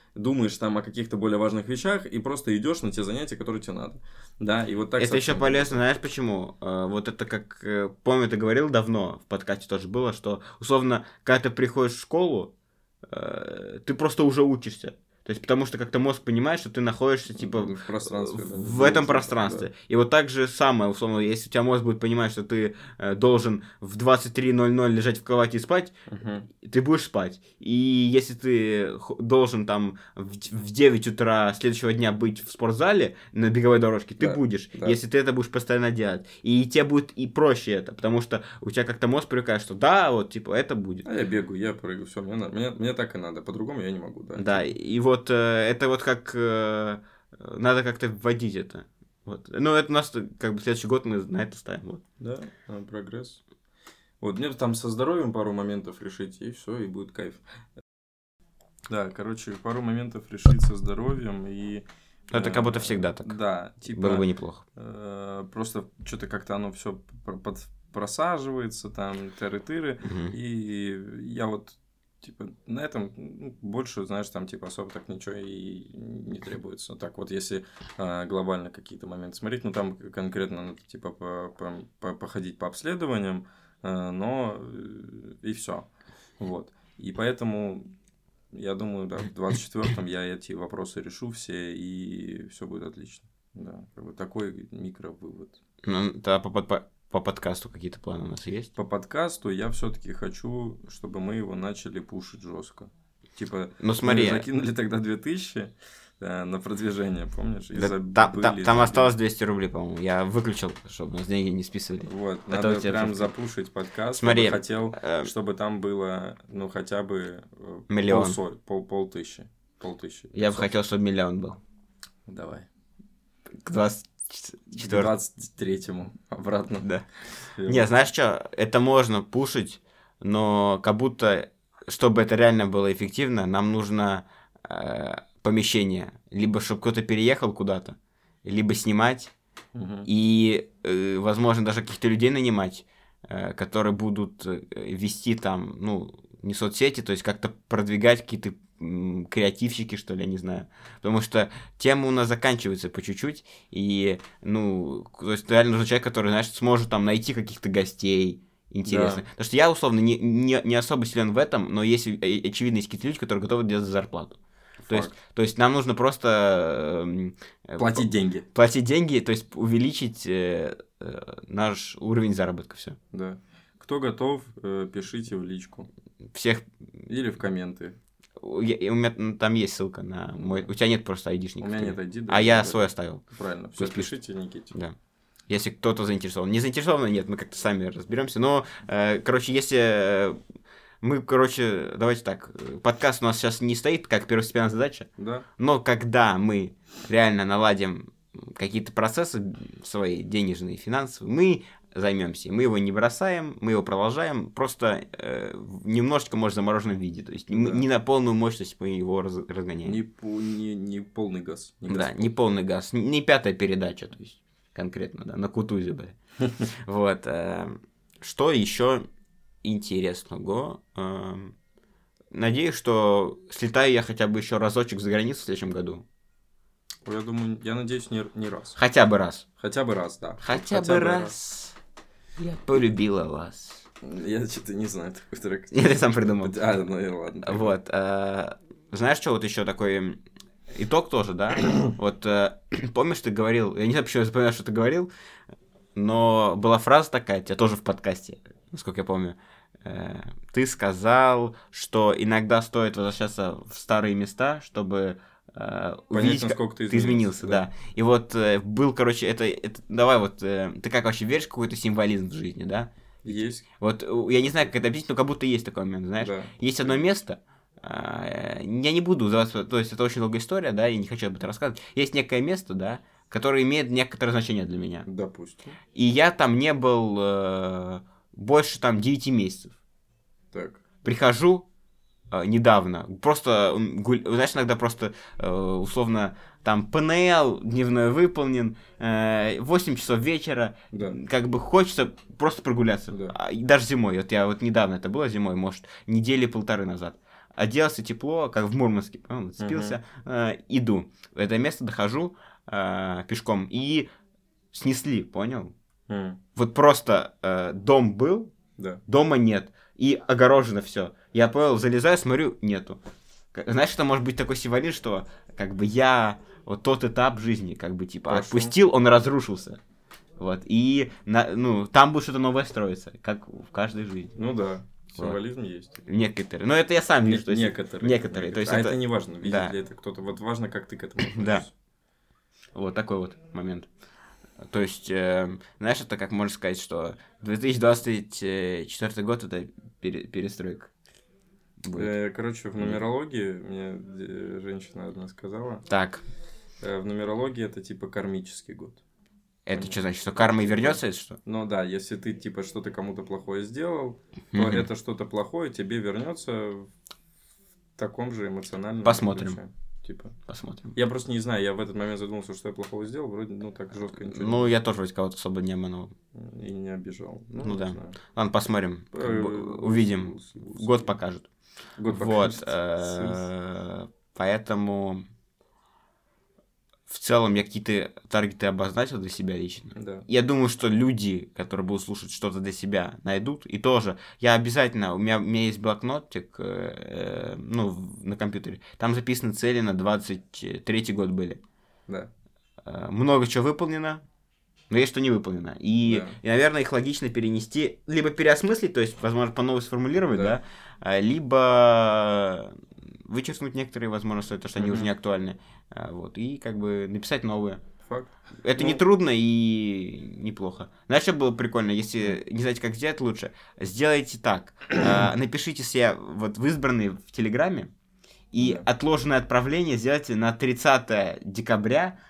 думаешь там о каких-то более важных вещах и просто идешь на те занятия, которые тебе надо. Да, и вот так. Это еще полезно, знаешь почему? Вот это как, помню, ты говорил давно, в подкасте тоже было, что, условно, когда ты приходишь в школу, ты просто уже учишься. То есть, потому что как-то мозг понимает, что ты находишься, типа, в пространстве. В этом пространстве. Да. И вот так же самое, условно, если у тебя мозг будет понимать, что ты должен в 23:00 лежать в кровати и спать, ты будешь спать. И если ты должен там в 9 утра следующего дня быть в спортзале на беговой дорожке, ты будешь, если ты это будешь постоянно делать. И тебе будет и проще это, потому что у тебя как-то мозг привыкает, что да, вот, типа, это будет. А я бегаю, я прыгаю, все, мне так и надо, по-другому я не могу, да. Да, и вот это вот как надо как-то вводить это. Вот. Ну, это у нас как бы следующий год мы на это ставим. Вот. Да, прогресс. Вот, мне там со здоровьем пару моментов решить, и все, и будет кайф. Да, короче, пару моментов решить со здоровьем, и... Это как будто всегда так. Да, типа... Было бы неплохо. Просто что-то как-то оно все просаживается, там, тыры-тыры, и я вот типа, на этом больше, знаешь, там, типа, особо так ничего и не требуется. Так вот, если глобально какие-то моменты смотреть, ну, там конкретно надо, типа, походить по обследованиям, но и все. Вот. И поэтому, я думаю, да, в 24-м я эти вопросы решу все, и все будет отлично. Да, как бы такой микровывод. Ну, да, по подкасту какие-то планы у нас есть? По подкасту я все-таки хочу, чтобы мы его начали пушить жестко. Типа, ну, смотри, мы закинули тогда 2000 на продвижение, помнишь? Да, там осталось 200 рублей, по-моему. Я выключил, чтобы нас деньги не списывали. Вот, это надо прям запушить подкаст. Смотри, я бы хотел, чтобы там было, ну, хотя бы миллион. Полтысячи. Я бы хотел, чтобы миллион был. Давай. К 23-му обратно. Да. Не, знаешь что, это можно пушить, но как будто, чтобы это реально было эффективно, нам нужно помещение. Либо чтобы кто-то переехал куда-то, либо снимать, и, возможно, даже каких-то людей нанимать, которые будут вести там, ну, не соцсети, то есть как-то продвигать какие-то креативщики, что ли, я не знаю. Потому что тема у нас заканчивается по чуть-чуть, и, ну, то есть реально нужен человек, который, знаешь, сможет там найти каких-то гостей интересных. Да. Потому что я, условно, не особо силен в этом, но есть, очевидно, есть какие-то люди, которые готовы делать за зарплату. То есть нам нужно просто... платить деньги. Платить деньги, то есть увеличить наш уровень заработка, все. Да. Кто готов, пишите в личку. Всех... Или в комменты. У меня там есть ссылка на мой... У тебя нет просто айдишника. У меня нет ID. Да, я свой оставил. Правильно. Все, пишите Никите. Да. Если кто-то заинтересован. Не заинтересован, нет, мы как-то сами разберемся. Но, короче, если... Мы, короче, давайте так, подкаст у нас сейчас не стоит как первостепенная задача, да. Но когда мы реально наладим какие-то процессы свои денежные, финансовые, мы займемся. Мы его не бросаем, мы его продолжаем, просто немножечко, может, в замороженном виде. То есть не на полную мощность мы его разгоняем. Не полный газ. Не полный газ, не пятая передача, то есть конкретно, да, на Кутузе, бля. Вот. Что еще интересного? Надеюсь, что слетаю я хотя бы еще разочек за границу в следующем году. Я надеюсь, не раз. Хотя бы раз. Хотя бы раз, да. Хотя бы раз. Я полюбила вас. Я что-то не знаю такой трек. Я сам придумал. Ну и ладно. Вот. Знаешь, что вот еще такой итог тоже, да? Вот помнишь, ты говорил, я не знаю, почему я запоминаю, что ты говорил, но была фраза такая, у тебя тоже в подкасте, насколько я помню. Ты сказал, что иногда стоит возвращаться в старые места, чтобы увидеть, насколько ты изменился, да. И вот был, короче, это давай вот, ты как вообще веришь в какой-то символизм в жизни, да? Есть. Вот я не знаю, как это объяснить, но как будто есть такой момент, знаешь. Да. Есть одно место, я не буду, то есть это очень долгая история, да, и не хочу об этом рассказывать. Есть некое место, да, которое имеет некоторое значение для меня. Допустим. И я там не был больше там 9 месяцев. Так. Прихожу недавно, просто, знаешь, иногда просто условно там ПНЛ дневной выполнен, 8 часов вечера, да. Как бы хочется просто прогуляться. Да. Даже зимой, вот я вот недавно, это было зимой, может, недели полторы назад. оделся тепло, как в Мурманске, понял, нацепился, иду. В это место дохожу пешком, и снесли, понял? Вот просто дом был, дома нет, и огорожено все. Я понял, залезаю, смотрю, нету. Знаешь, это может быть такой символизм, что как бы я вот тот этап жизни, как бы типа отпустил, он разрушился. Вот, и там будет что-то новое строиться, как в каждой жизни. Ну да, символизм есть. Некоторые. Но это я сам вижу. То есть некоторые. То есть это не важно, видит ли это кто-то. Вот важно, как ты к этому относишься. Да. Вот такой вот момент. То есть, знаешь, это как можно сказать, что 2024 год это перестройка. Короче, в нумерологии, мне женщина одна сказала. Так. В нумерологии это типа кармический год. Это что значит, что карма и вернется, это что? Ну да, если ты типа что-то кому-то плохое сделал, то это что-то плохое тебе вернется в таком же эмоциональном Посмотрим. ключе. Типа. Посмотрим. Я просто не знаю, я в этот момент задумался, что я плохого сделал, вроде, так жестко ничего. Ну, я тоже вроде кого-то особо не обманул. И не обижал. Ну да. Знаю. Ладно, посмотрим. Увидим. Год покажет. Год покажет. Вот. Поэтому в целом я какие-то таргеты обозначил для себя лично. Да. Я думаю, что люди, которые будут слушать что-то для себя, найдут. И тоже, я обязательно, у меня есть блокнотик, на компьютере, там записаны цели на 23-й год были. Да. Много чего выполнено, но есть что не выполнено. И, наверное, их логично перенести, либо переосмыслить, то есть, возможно, по новой сформулировать, да, либо вычеркнуть некоторые, возможно, стоит, потому что они уже не актуальны. Вот, и как бы написать новые. Факт. Это не трудно и неплохо. Знаешь, что было прикольно? Если не знаете, как сделать лучше, сделайте так. Напишите себе вот в избранные в Телеграме, и отложенное отправление сделайте на 30 декабря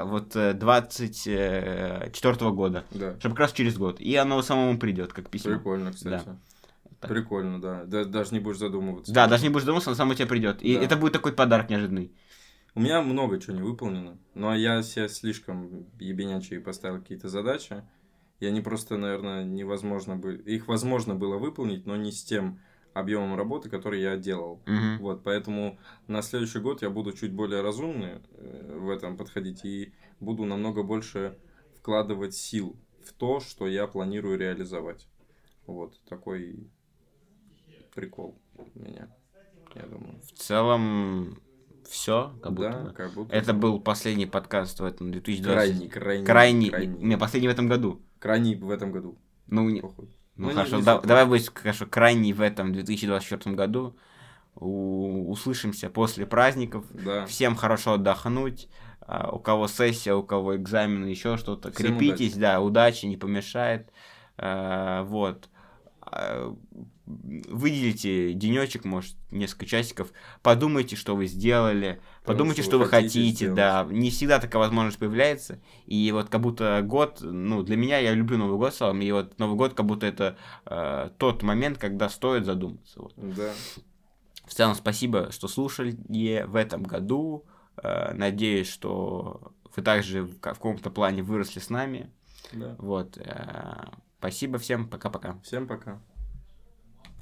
24 года. Да. Чтобы как раз через год. И оно самому придет, как письмо. Прикольно, кстати. Да. Прикольно, да. Даже не будешь задумываться. Да, даже не будешь задумываться, оно само тебе придет. И это будет такой подарок неожиданный. У меня много чего не выполнено, но я себе слишком ебенячие поставил какие-то задачи, и они просто, наверное, их возможно было выполнить, но не с тем объемом работы, который я делал. Вот, поэтому на следующий год я буду чуть более разумный в этом подходить и буду намного больше вкладывать сил в то, что я планирую реализовать. Вот, такой прикол у меня, я думаю. В целом... Все, как будто. Как будто. Это был последний подкаст в этом 2020. Крайний. Не, последний в этом году. Крайний в этом году. Хорошо, давай будет, хорошо, крайний в этом 2024 году. Услышимся после праздников. Да. Всем хорошо отдохнуть. У кого сессия, у кого экзамены, еще что-то. Всем крепитесь, удачи. Удачи не помешает. Вот. Выделите денечек, может, несколько часиков, подумайте, что вы сделали, подумайте, что вы хотите, да, не всегда такая возможность появляется, и вот как будто год, для меня, я люблю Новый год в целом, и вот Новый год как будто это тот момент, когда стоит задуматься. Вот. Да. В целом, спасибо, что слушали в этом году, надеюсь, что вы также в каком-то плане выросли с нами, да. Вот, спасибо всем, пока-пока. Всем пока.